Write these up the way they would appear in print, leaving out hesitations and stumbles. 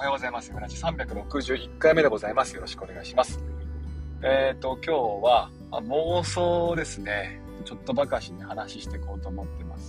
ようございます。村地361回目でございます。よろしくお願いします。今日は妄想ですね。ちょっとばかしに話していこうと思ってます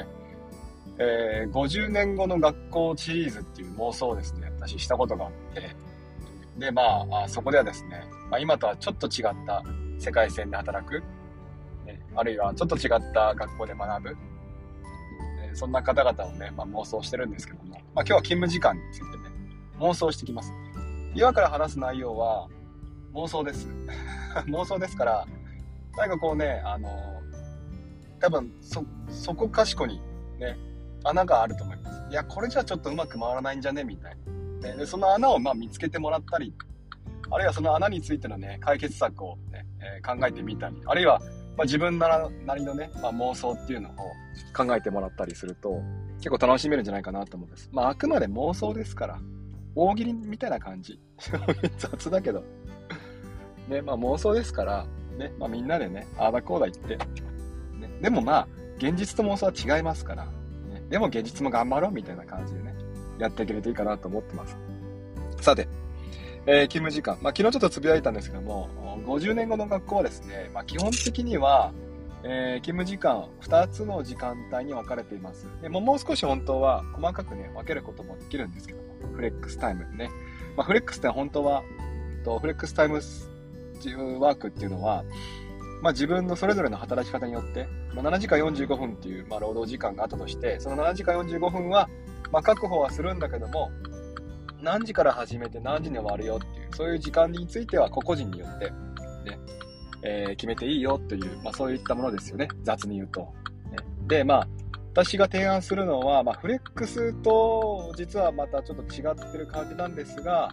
。50年後の学校シリーズっていう妄想をですね、私したことがあって、で、そこではですね、今とはちょっと違った世界線で働く、あるいはちょっと違った学校で学ぶ、そんな方々をね、妄想してるんですけども、今日は勤務時間についてね、妄想してきます。今から話す内容は妄想です。妄想ですから、なんかこうね、多分そこかしこにね、穴があると思います。いや、これじゃちょっとうまく回らないんじゃねみたいな。で、その穴を見つけてもらったり、あるいはその穴についてのね、解決策をね、考えてみたり、あるいは自分なりのね、妄想っていうのを考えてもらったりすると結構楽しめるんじゃないかなと思うんです。あくまで妄想ですから、大喜利みたいな感じ。雑だけど。ね、妄想ですから、ね、みんなでね、ああだこうだ言って、ね、でも現実と妄想は違いますから、ね、でも現実も頑張ろうみたいな感じでね、やっていけるといいかなと思ってます。さて、勤務時間。昨日ちょっとつぶやいたんですけども、50年後の学校はですね、基本的には、勤務時間2つの時間帯に分かれています。でもう少し本当は細かくね、分けることもできるんですけども、フレックスタイムね。フレックスって本当は、フレックスタイムワークっていうのは、自分のそれぞれの働き方によって、7時間45分っていう、労働時間があったとして、その7時間45分は、確保はするんだけども、何時から始めて何時に終わるよっていう、そういう時間については個々人によって、ね、決めていいよという、そういったものですよね。雑に言うと。ね、で、私が提案するのは、フレックスと実はまたちょっと違ってる感じなんですが、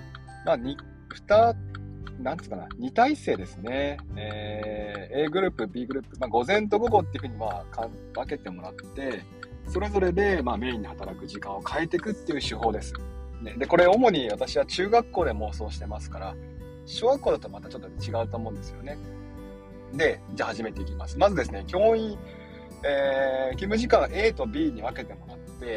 なんつうかな、2体制ですね。A グループ、B グループ、午前と午後っていうふうに分けてもらって、それぞれでメインで働く時間を変えていくっていう手法です。で、これ主に私は中学校で妄想してますから、小学校だとまたちょっと違うと思うんですよね。で、じゃあ始めていきます。まずですね、教員、勤務時間 A と B に分けてもらって、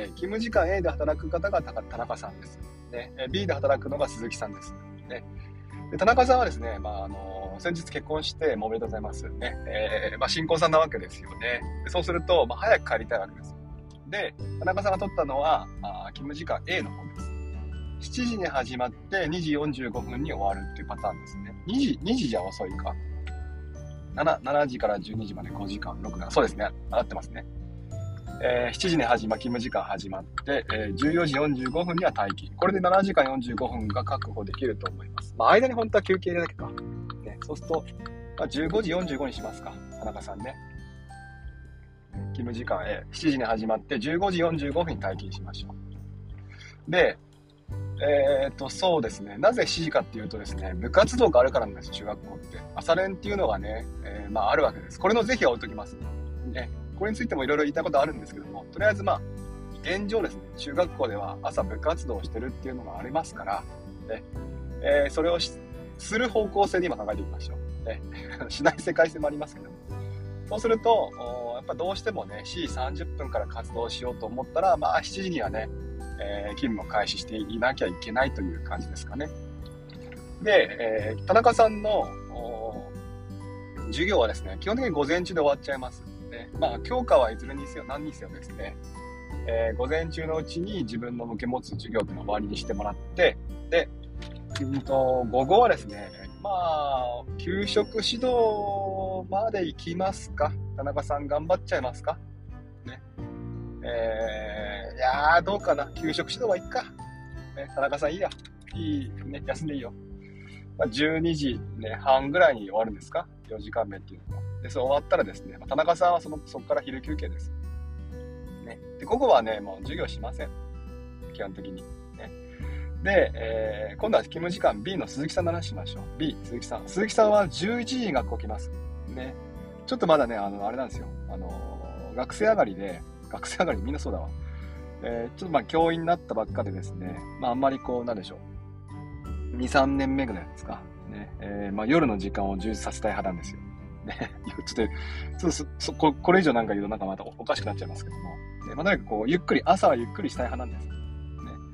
勤務時間 A で働く方が田中さんです。ね、B で働くのが鈴木さんです。ね、で田中さんはですね、先日結婚しておめでとうございますね。新婚さんなわけですよね。でそうすると、早く帰りたいわけです。で、田中さんが取ったのは勤務時間 A の方です。7時に始まって2時45分に終わるっていうパターンですね。2時じゃ遅いか。7時から12時まで5時間、6時間。そうですね。合ってますね。7時に勤務時間始まって、14時45分には待機。これで7時間45分が確保できると思います。間に本当は休憩入れなきゃか。ね、そうすると、15時45にしますか。田中さんね。勤務時間、7時に始まって15時45分に待機しましょう。で、そうですね。なぜ7時かっていうとですね、部活動があるからなんです、中学校って。朝練っていうのがね、あるわけです。これの是非は置いときます。ね。これについてもいろいろ言いたいことあるんですけども、とりあえず現状ですね、中学校では朝部活動をしてるっていうのがありますから、ね、それをする方向性で今考えていきましょう。ね、しない世界線もありますけども。そうすると、やっぱどうしてもね、4時30分から活動しようと思ったら、7時にはね、勤務を開始していなきゃいけないという感じですかね。で、田中さんの授業はですね、基本的に午前中で終わっちゃいます。ね、教科はいずれにせよ何にせよですね、午前中のうちに自分の受け持つ授業というのを終わりにしてもらって、で、午後はですね、給食指導まで行きますか？田中さん頑張っちゃいますか？ね。いやー、どうかな。給食指導はいっか。ね、田中さんいいや。いい、ね、休んでいいよ。12時、半ぐらいに終わるんですか？ 4 時間目っていうのは。で、そう終わったらですね、田中さんはそこから昼休憩です。ね。で、午後はね、もう授業しません。基本的に。ね。で、今度は勤務時間 B の鈴木さんの話しましょう。B、鈴木さん。鈴木さんは11時に学校来ます。ね。ちょっとまだね、あれなんですよ。学生上がりみんなそうだわ。ちょっと教員になったばっかでですね、あんまりなんでしょう。2、3年目ぐらいですか。ね。夜の時間を充実させたい派なんですよ。ね。ちょっと、これ以上なんか言うとまたおかしくなっちゃいますけども。とにかく朝はゆっくりしたい派なんです。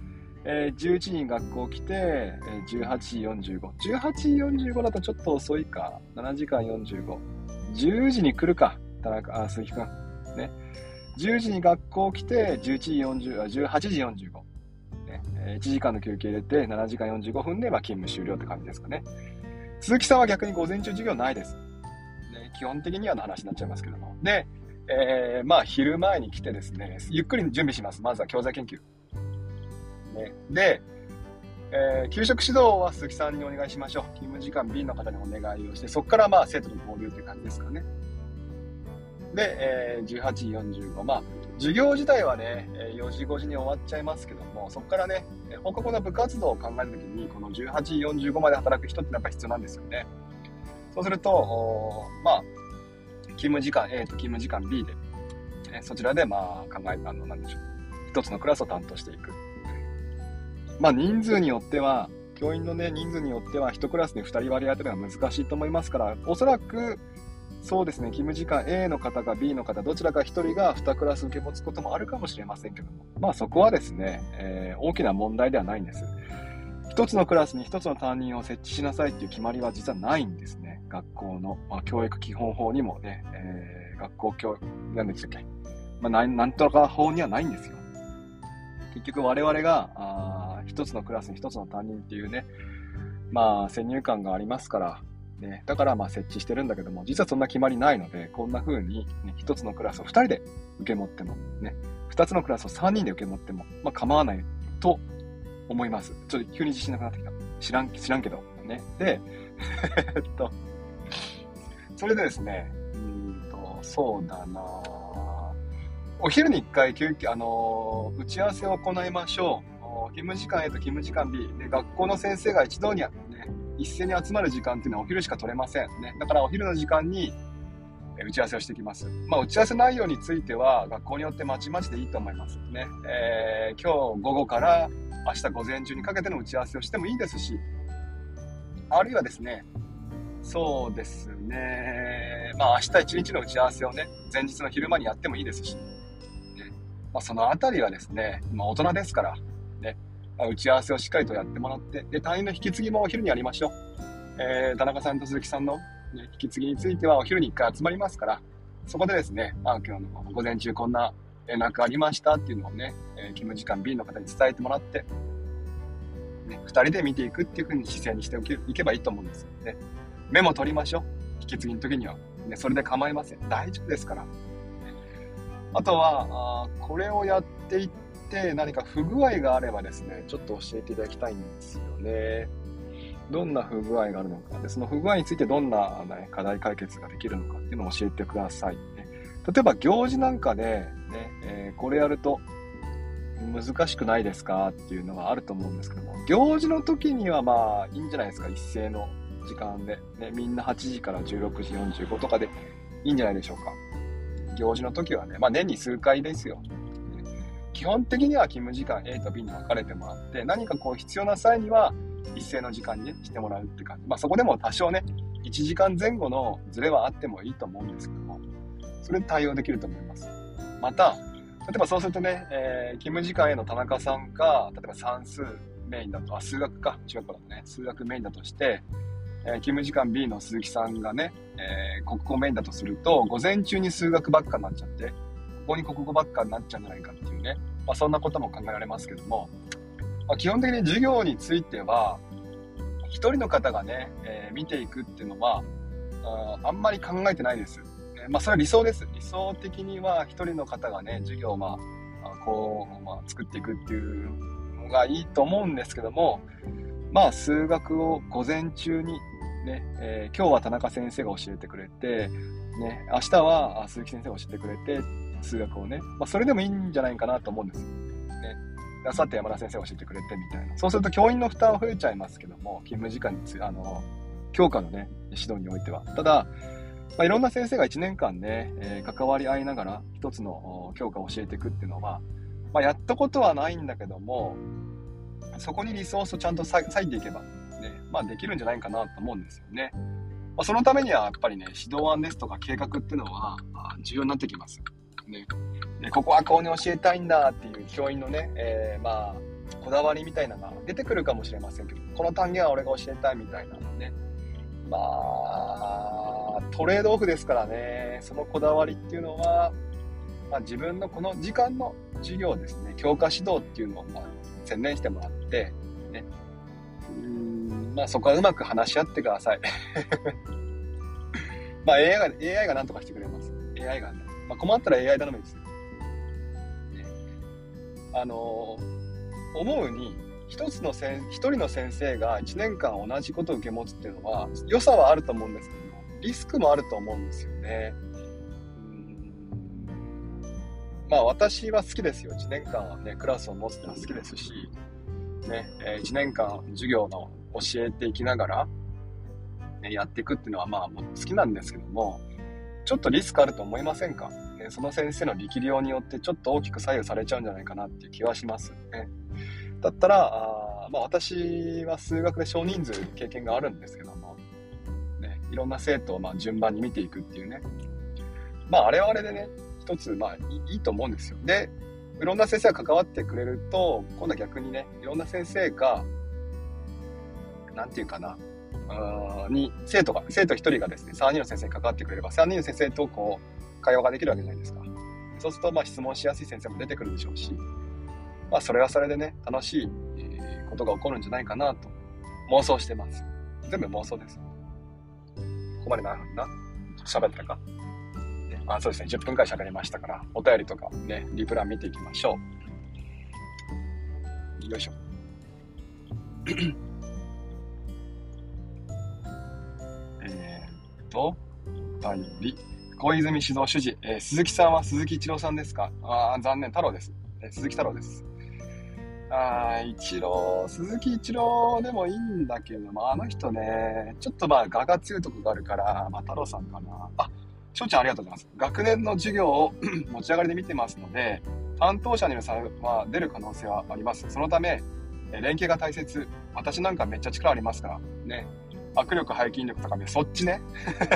11時に学校来て、18時45。18時45だとちょっと遅いか。7時間45。10時に来るか。鈴木くん。ね。10時に学校来て、18時45。ね。1時間の休憩入れて、7時間45分で、勤務終了って感じですかね。鈴木さんは逆に午前中授業ないです。ね。基本的にはの話になっちゃいますけども。で、昼前に来てですね、ゆっくり準備します。まずは教材研究。ね、で、給食指導は鈴木さんにお願いしましょう。勤務時間 B の方にお願いをして、そこから生徒と合流という感じですかね。で、18時45。授業自体はね、4時5時に終わっちゃいますけども、そこからね、放課後の部活動を考えるときに、この18時45まで働く人ってやっぱり必要なんですよね。そうすると、勤務時間 A と勤務時間 B で、そちらでなんでしょう。一つのクラスを担当していく。人数によっては、教員のね、人数によっては、1クラスに2人割り当てるのは難しいと思いますから、おそらく、そうですね、勤務時間 A の方か B の方、どちらか1人が2クラス受け持つこともあるかもしれませんけども、そこはですね、大きな問題ではないんです。1つのクラスに1つの担任を設置しなさいっていう決まりは実はないんですね。学校の、教育基本法にもね、学校教育、何でしたっけ、なんとか法にはないんですよ。結局我々が一つのクラスに一つの担任っていうね、先入観がありますから、ね、だから設置してるんだけども、実はそんな決まりないので、こんな風に、ね、一つのクラスを二人で受け持っても、ね、二つのクラスを三人で受け持っても、構わないと思います。ちょっと急に自信なくなってきた。知らんけど。ね。で、それでですね、そうだなお昼に1回打ち合わせを行いましょう。勤務時間 A と勤務時間 B で、学校の先生が一堂に、一斉に集まる時間っていうのはお昼しか取れません。ね、だからお昼の時間に打ち合わせをしてきます。打ち合わせ内容については学校によってまちまちでいいと思いますね。今日午後から明日午前中にかけての打ち合わせをしてもいいですし、あるいはですね、そうですね、明日一日の打ち合わせをね、前日の昼間にやってもいいですし、そのあたりはですね、大人ですから、ね、打ち合わせをしっかりとやってもらって、で、単位の引き継ぎもお昼にやりましょう。田中さんと鈴木さんの、引き継ぎについてはお昼に1回集まりますから、そこでですね、今日の午前中こんな連絡ありましたっていうのをね、勤務時間 B の方に伝えてもらって、ね、2人で見ていくっていう風に姿勢にしていけばいいと思うんですよね。メモ取りましょう。引き継ぎの時には。ね、それで構いません。大丈夫ですから。あとは、これをやっていって何か不具合があればですね、ちょっと教えていただきたいんですよね。どんな不具合があるのか。で、その不具合についてどんな、課題解決ができるのかっていうのを教えてください、ね。例えば行事なんかで、ね、これやると難しくないですかっていうのがあると思うんですけども、行事の時にはいいんじゃないですか、一斉の時間で。ね、みんな8時から16時45とかでいいんじゃないでしょうか。行事の時はね、年に数回ですよ。基本的には勤務時間 A と B に分かれてもらって、何か必要な際には一斉の時間にね、してもらうって感じ。そこでも多少ね、1時間前後のズレはあってもいいと思うんですけども、それで対応できると思います。また、例えばそうするとね、勤務時間 A の田中さんが、例えば算数メインだと、数学か、中学校だとね、数学メインだとして、勤務時間 B の鈴木さんがね、国語メインだとすると、午前中に数学ばっかになっちゃって、ここに国語ばっかになっちゃうんじゃないかっていうね、そんなことも考えられますけども、基本的に授業については、一人の方がね、見ていくっていうのは、あんまり考えてないです。それは理想です。理想的には一人の方がね、授業を作っていくっていうのがいいと思うんですけども、数学を午前中にね、今日は田中先生が教えてくれて、ね、明日は鈴木先生が教えてくれて、数学をね、それでもいいんじゃないかなと思うんですよ。ね。明後日山田先生が教えてくれてみたいな。そうすると教員の負担は増えちゃいますけども、勤務時間に教科のね、指導においては。ただ、いろんな先生が1年間ね、関わり合いながら一つの教科を教えていくっていうのは、やったことはないんだけども、そこにリソースをちゃんと割いていけば、ね、できるんじゃないかなと思うんですよね。そのためにはやっぱりね、指導案ですとか計画っていうのは重要になってきます。ね、ここはこうに教えたいんだっていう教員のね、 こだわりみたいなのが出てくるかもしれませんけど、この単元は俺が教えたいみたいなね。まあ、トレードオフですからね、そのこだわりっていうのは、自分のこの時間の授業ですね、教科指導っていうのを専念してもらって、ね、そこはうまく話し合ってください。AI が何とかしてくれます。AI がね。困ったら AI 頼みですよ。ね、思うに、一人の先生が1年間同じことを受け持つっていうのは、良さはあると思うんですけども、リスクもあると思うんですよね。私は好きですよ。1年間はね、クラスを持つってのは好きですし、ね、1年間授業の教えていきながら、ね、やっていくっていうのはもう好きなんですけども、ちょっとリスクあると思いませんか？ね、その先生の力量によってちょっと大きく左右されちゃうんじゃないかなっていう気はしますね。だったら、私は数学で少人数経験があるんですけども、ね、いろんな生徒を順番に見ていくっていうね。あれはあれでね、一ついいと思うんですよ。で、いろんな先生が関わってくれると、今度は逆にね、いろんな先生が、なんていうかな、生徒一人がですね、3人の先生に関わってくれれば、3人の先生と会話ができるわけじゃないですか。そうすると、質問しやすい先生も出てくるでしょうし、それはそれでね、楽しいことが起こるんじゃないかなと妄想してます。全部妄想です。ここまで何分喋ったか、ね、そうですね、10分くらい喋りましたから、お便りとかね、リプラン見ていきましょう。よいしょ。お便り。小泉指導主事。鈴木さんは鈴木一郎さんですか？残念、太郎です。鈴木太郎です。鈴木一郎でもいいんだけども、あの人ね、ちょっと我が強いとこがあるから、太郎さんかな。翔ちゃんありがとうございます。学年の授業を持ち上がりで見てますので、担当者による差は出る可能性はあります。そのため、連携が大切。私なんかめっちゃ力ありますから、ね。握力、背筋力高め、そっちね。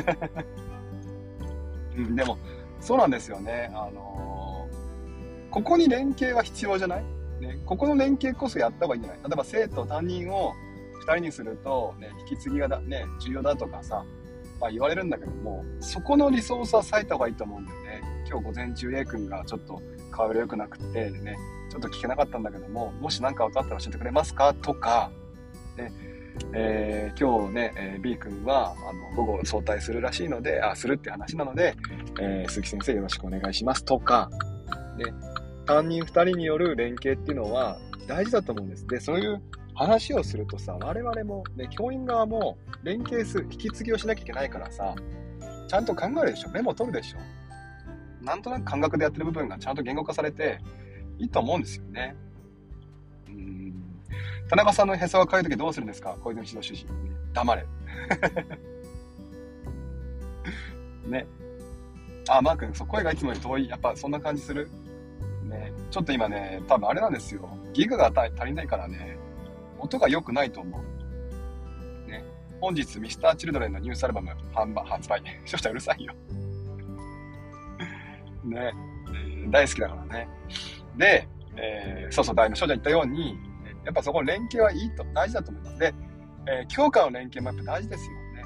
でも、そうなんですよね。ここに連携は必要じゃない？ね、ここの連携こそやった方がいいんじゃない？例えば生徒担任を2人にすると、ね、引き継ぎがね、重要だとかさ、言われるんだけども、そこのリソースは割いた方がいいと思うんだよね。今日午前中 A 君がちょっと顔色良くなくてね、ちょっと聞けなかったんだけども、もし何か分かったら教えてくれますかとか、ね、今日ね、B 君は午後早退するらしいので、するって話なので、鈴木先生よろしくお願いしますとか、ね、担任2人による連携っていうのは大事だと思うんです。で、そういう話をするとさ、我々も、ね、教員側も連携する、引き継ぎをしなきゃいけないからさ、ちゃんと考えるでしょ、メモ取るでしょ。なんとなく感覚でやってる部分がちゃんと言語化されていいと思うんですよね。田中さんのへそがかゆいときどうするんですか？小泉指導主事。黙れ。ね。マー君、声がいつもより遠い。やっぱそんな感じする？ね。ちょっと今ね、多分あれなんですよ。ギガが足りないからね、音が良くないと思う。ね。本日、Mr.Children のニュースアルバム発売。そしたらうるさいよ。ね。大好きだからね。で、そうそう、翔ちゃん言ったように、やっぱそこの連携はいいと、大事だと思います。で、教科の連携もやっぱ大事ですよね。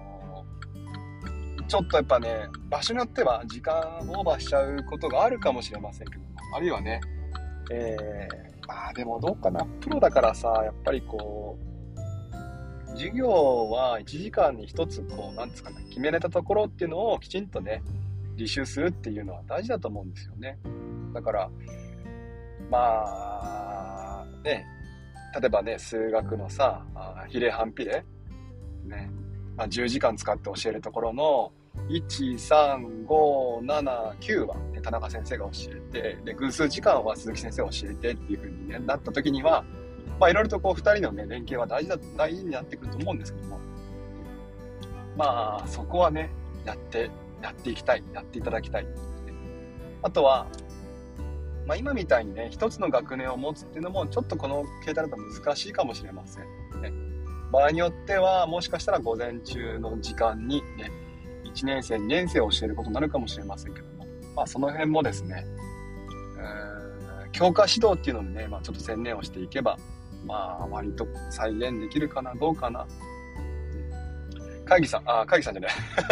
ちょっとやっぱね、場所によっては時間オーバーしちゃうことがあるかもしれませんけども、あるいはね、でもどうかな、プロだからさ、やっぱり授業は1時間に1つなんですかね、決められたところっていうのをきちんとね、履修するっていうのは大事だと思うんですよね。だから、ね、例えばね、数学のさ、比例反比例、ね、10時間使って教えるところの1、3、5、7、9は、ね、田中先生が教えて、で偶数時間は鈴木先生が教えてっていう風に、ね、なった時には、いろいろと2人の、ね、連携は大事になってくると思うんですけども、そこはね、やっていきたい、やっていただきたい。あとは、今みたいにね、一つの学年を持つっていうのも、ちょっとこの形態だと難しいかもしれません。ね、場合によっては、もしかしたら午前中の時間に、ね、1年生、2年生を教えることになるかもしれませんけども、その辺もですね、 教科指導っていうのにね、ちょっと専念をしていけば、割と再現できるかな、どうかな。会議さんじゃない。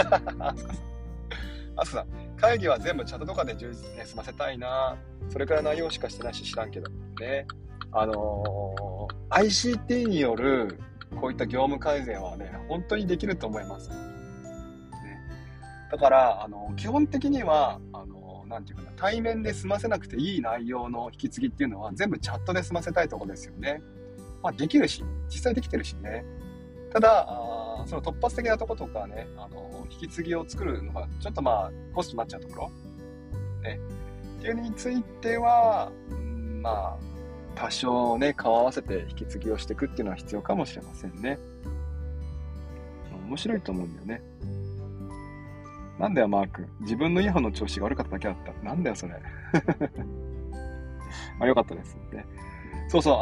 あすかさん、会議は全部チャットとかで充実ね、済ませたいな。それから内容しかしてないし知らんけど。ね。ICT によるこういった業務改善はね、本当にできると思います。ね、だから、基本的には、なんていうかな、対面で済ませなくていい内容の引き継ぎっていうのは全部チャットで済ませたいところですよね。できるし、実際できてるしね。ただ、その突発的なところとかね、引き継ぎを作るのがちょっとコストになっちゃうところ、ね、っていうのについては、多少ね、顔を合わせて引き継ぎをしていくっていうのは必要かもしれませんね。面白いと思うんだよね。なんだよ、マーク。自分のイヤホンの調子が悪かっただけだった。なんだよ、それ。よかったですね。そうそう、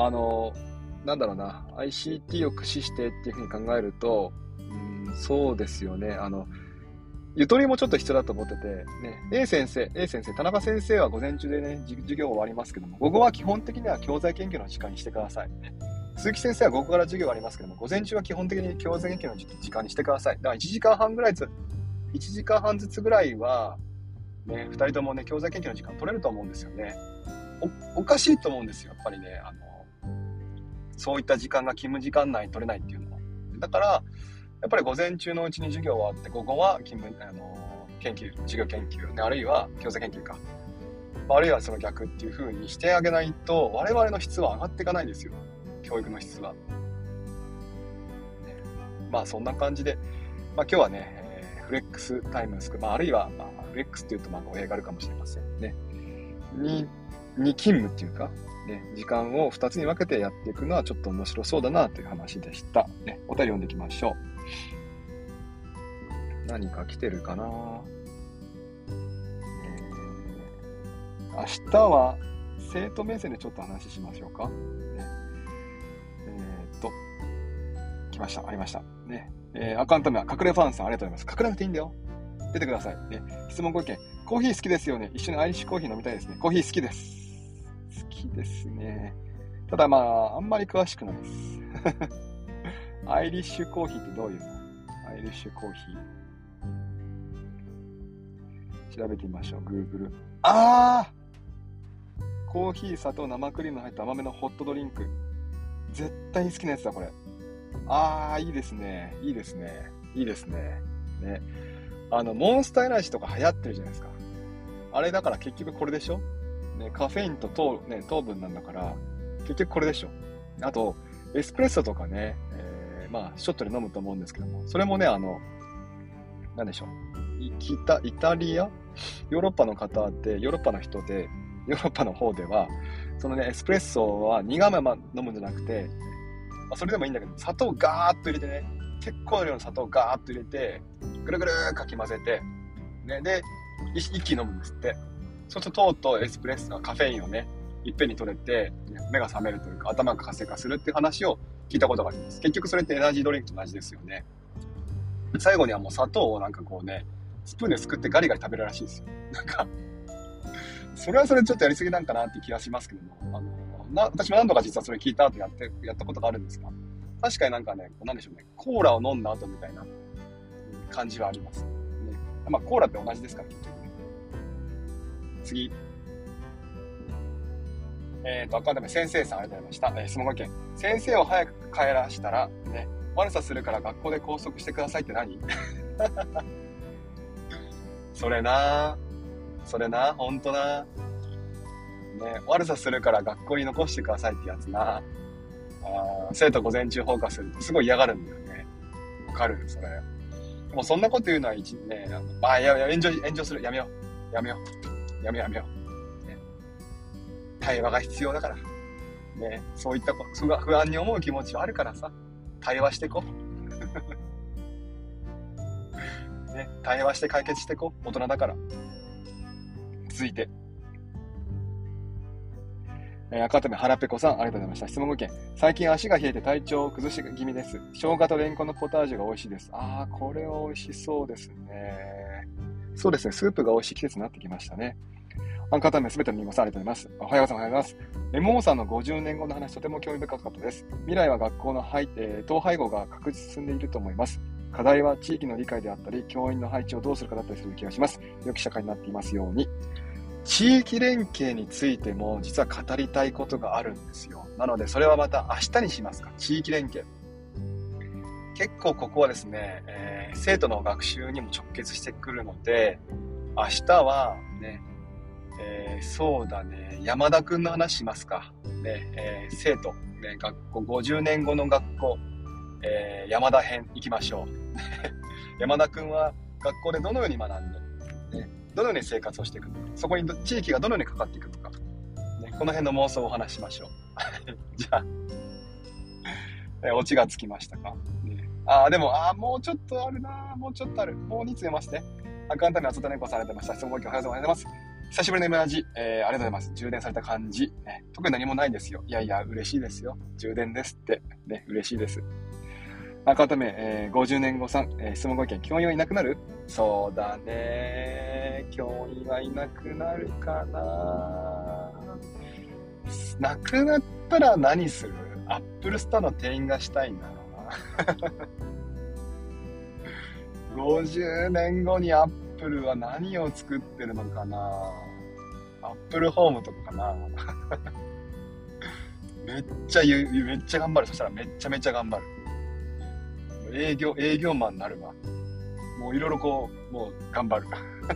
なんだろうな。ICT を駆使してっていうふうに考えると、そうですよね。ゆとりもちょっと必要だと思ってて、ね、A 先生、田中先生は午前中でね、授業終わりますけども、午後は基本的には教材研究の時間にしてください。ね、鈴木先生は午後から授業ありますけども、午前中は基本的に教材研究の時間にしてください。だから1時間半ずつぐらいは、ね、2人ともね、教材研究の時間取れると思うんですよね。おかしいと思うんですよ、やっぱりね。そういった時間が勤務時間内に取れないっていうのは。だから、やっぱり午前中のうちに授業終わって、午後は授業研究、ね、あるいは教材研究か。あるいはその逆っていう風にしてあげないと、我々の質は上がっていかないんですよ。教育の質は。そんな感じで、今日はね、フレックスタイムスク、あるいは、フレックスっていうと語弊があるかもしれませんね。に勤務っていうか、ね、時間を2つに分けてやっていくのはちょっと面白そうだなという話でした。ね、お便り読んでいきましょう。何か来てるかな。明日は生徒目線でちょっと話しましょうか。ね、来ました。ありました。ね。アカウント名は隠れファンさん、ありがとうございます。隠れなくていいんだよ。出てください。ね。質問ご意見。コーヒー好きですよね。一緒にアイリッシュコーヒー飲みたいですね。コーヒー好きです。好きですね。ただあんまり詳しくないです。アイリッシュコーヒーってどういうの？アイリッシュコーヒー。調べてみましょう。Google。コーヒー、砂糖、生クリームの入った甘めのホットドリンク。絶対に好きなやつだ、これ。いいですね。いいですね。いいですね。ね。モンスターエナジーとか流行ってるじゃないですか。あれだから結局これでしょ？ね、カフェインと糖分なんだから、結局これでしょ。あと、エスプレッソとかね、ショットで飲むと思うんですけども、それもね、なんでしょう。イタリア？ヨーロッパの方で、ヨーロッパの人で、ヨーロッパの方では、そのね、エスプレッソは苦いまま飲むんじゃなくて、それでもいいんだけど、砂糖ガーッと入れてね、結構な量の砂糖ガーッと入れて、ぐるぐるかき混ぜて、ね、で、一気に飲むんですって。そうすると糖とエスプレッソ、カフェインをね、いっぺんに取れて、目が覚めるというか、頭が活性化するっていう話を聞いたことがあります。結局それってエナジードリンクと同じですよね。最後にはもう砂糖をなんかこうね、スプーンですくってガリガリ食べるらしいですよ。なんか、それはそれちょっとやりすぎなんかなって気がしますけども、私も何度か実はそれ聞いた後やったことがあるんですが、確かになんかね、なんでしょうね、コーラを飲んだ後みたいな感じはあります。ね、コーラって同じですから、結局ね。次。赤目先生さんありがとうございました。質問ご意見。先生を早く帰らしたら、ね、悪さするから学校で拘束してくださいって何？それな、ほんとな。ね、悪さするから学校に残してくださいってやつな。生徒午前中放課するとすごい嫌がるんだよね。わかるそれ。でもそんなこと言うのは炎上する。やめよう。ね。対話が必要だから。ね、そういった不安に思う気持ちはあるからさ、対話していこう。ね、対話して解決していこう。大人だから。続いて。赤富腹ペコさん、ありがとうございました。質問ご意見。最近足が冷えて体調を崩し気味です。生姜とレンコンのポタージュが美味しいです。これは美味しそうですね。そうですね、スープが美味しい季節になってきましたね。 方名すべての皆さんありがとうございます。おはようございます。ももさんの50年後の話、とても興味深かったです。未来は学校の統廃合が確実に進んでいると思います。課題は地域の理解であったり、教員の配置をどうするかだったりする気がします。良き社会になっていますように。地域連携についても実は語りたいことがあるんですよ。なのでそれはまた明日にしますか。地域連携。結構ここはですね、生徒の学習にも直結してくるので、明日はね、そうだね、山田くんの話しますか。ね、生徒、ね、学校、50年後の学校、山田編行きましょう。山田くんは学校でどのように学んで、ね、どのように生活をしていくのか、そこに地域がどのようにかかっていくのか、ね、この辺の妄想をお話ししましょう。じゃあ、オチがつきましたか、ね、でも、もうちょっとあるな、もうちょっとある。もう2つ読ますね。簡単に朝田猫さんありがとうございました。質問ご意見おはようございます。久しぶりのメラジ、ありがとうございます。充電された感じ、ね。特に何もないですよ。いやいや、嬉しいですよ。充電ですって。ね、嬉しいです。改め、50年後さん、質問ご意見、教員はいなくなる？そうだね。教員はいなくなるかな。なくなったら何する？アップルストアの店員がしたいな。50年後にアップルは何を作ってるのかな。アップルホームとかかな。めっちゃ頑張る。そしたらめっちゃめちゃ頑張る。営業マンになるわ。もういろいろもう頑張る。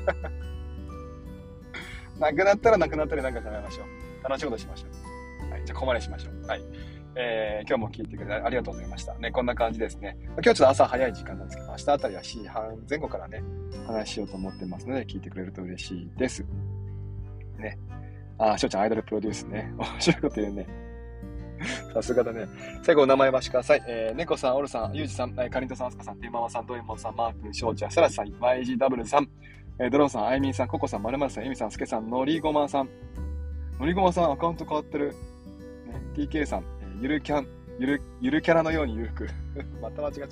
なくなったらなくなったりなんか考えましょう。楽しいことしましょう。はい、じゃあここまでしましょう。はい。今日も聞いてくれてありがとうございました。ね、こんな感じですね。今日ちょっと朝早い時間なんですけど、明日あたりは4時半前後からね、話しようと思ってますので、聞いてくれると嬉しいです。ね。しょうちゃんアイドルプロデュースね。面白いこと言うね。さすがだね。最後お名前ばしください。猫さん、オルさん、ユージさん、かりんとさん、あすかさん、てんままさん、ドエモンさん、マー君、しょうちゃん、サラスさん、YGW さん、ドローさん、あいみんさん、ココさん、まるまるさん、エミさん、すけさん、のりごまさん、のりごまさん、アカウント変わってる。ね、TK さん、ゆるキャラのようにゆるく。また間違っちゃった。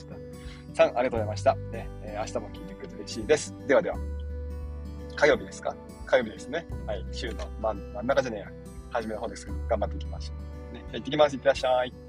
さん、ありがとうございました。ね、明日も聞いてくれて嬉しいです。ではでは。火曜日ですか？火曜日ですね。はい。週の真ん中じゃねえや。初めの方ですけど、頑張っていきましょう。ね、行ってきます。いってらっしゃい。